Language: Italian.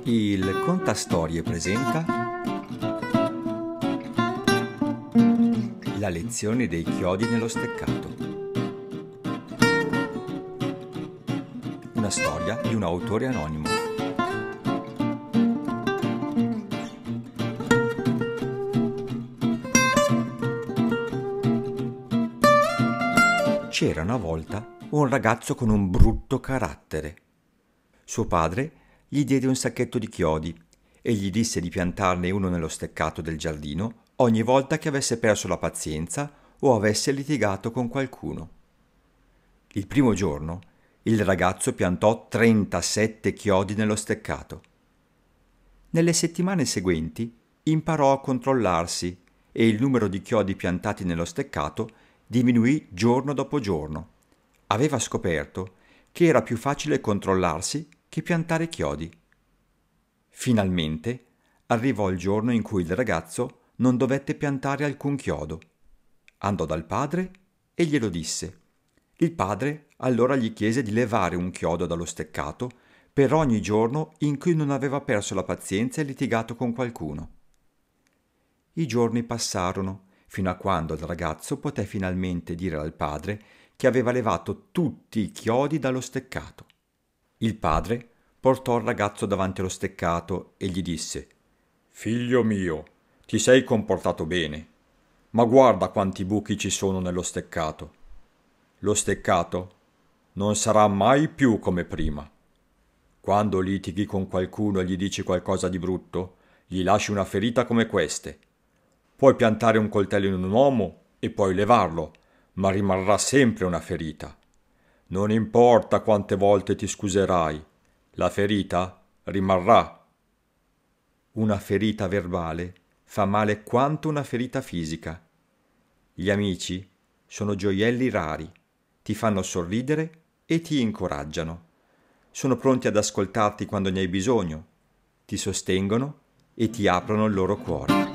Il Contastorie presenta La lezione dei chiodi nello steccato. Una storia di un autore anonimo. C'era una volta un ragazzo con un brutto carattere. Suo padre gli diede un sacchetto di chiodi e gli disse di piantarne uno nello steccato del giardino ogni volta che avesse perso la pazienza o avesse litigato con qualcuno. Il primo giorno il ragazzo piantò 37 chiodi nello steccato. Nelle settimane seguenti imparò a controllarsi e il numero di chiodi piantati nello steccato diminuì giorno dopo giorno. Aveva scoperto che era più facile controllarsi che piantare chiodi. Finalmente arrivò il giorno in cui il ragazzo non dovette piantare alcun chiodo. Andò dal padre e glielo disse. Il padre allora gli chiese di levare un chiodo dallo steccato per ogni giorno in cui non aveva perso la pazienza e litigato con qualcuno. I giorni passarono fino a quando il ragazzo poté finalmente dire al padre che aveva levato tutti i chiodi dallo steccato. Il padre portò il ragazzo davanti allo steccato e gli disse: «Figlio mio, ti sei comportato bene, ma guarda quanti buchi ci sono nello steccato. Lo steccato non sarà mai più come prima. Quando litighi con qualcuno e gli dici qualcosa di brutto, gli lasci una ferita come queste. Puoi piantare un coltello in un uomo e puoi levarlo, ma rimarrà sempre una ferita. Non importa quante volte ti scuserai, la ferita rimarrà. Una ferita verbale fa male quanto una ferita fisica. Gli amici sono gioielli rari, ti fanno sorridere e ti incoraggiano. Sono pronti ad ascoltarti quando ne hai bisogno, ti sostengono e ti aprono il loro cuore.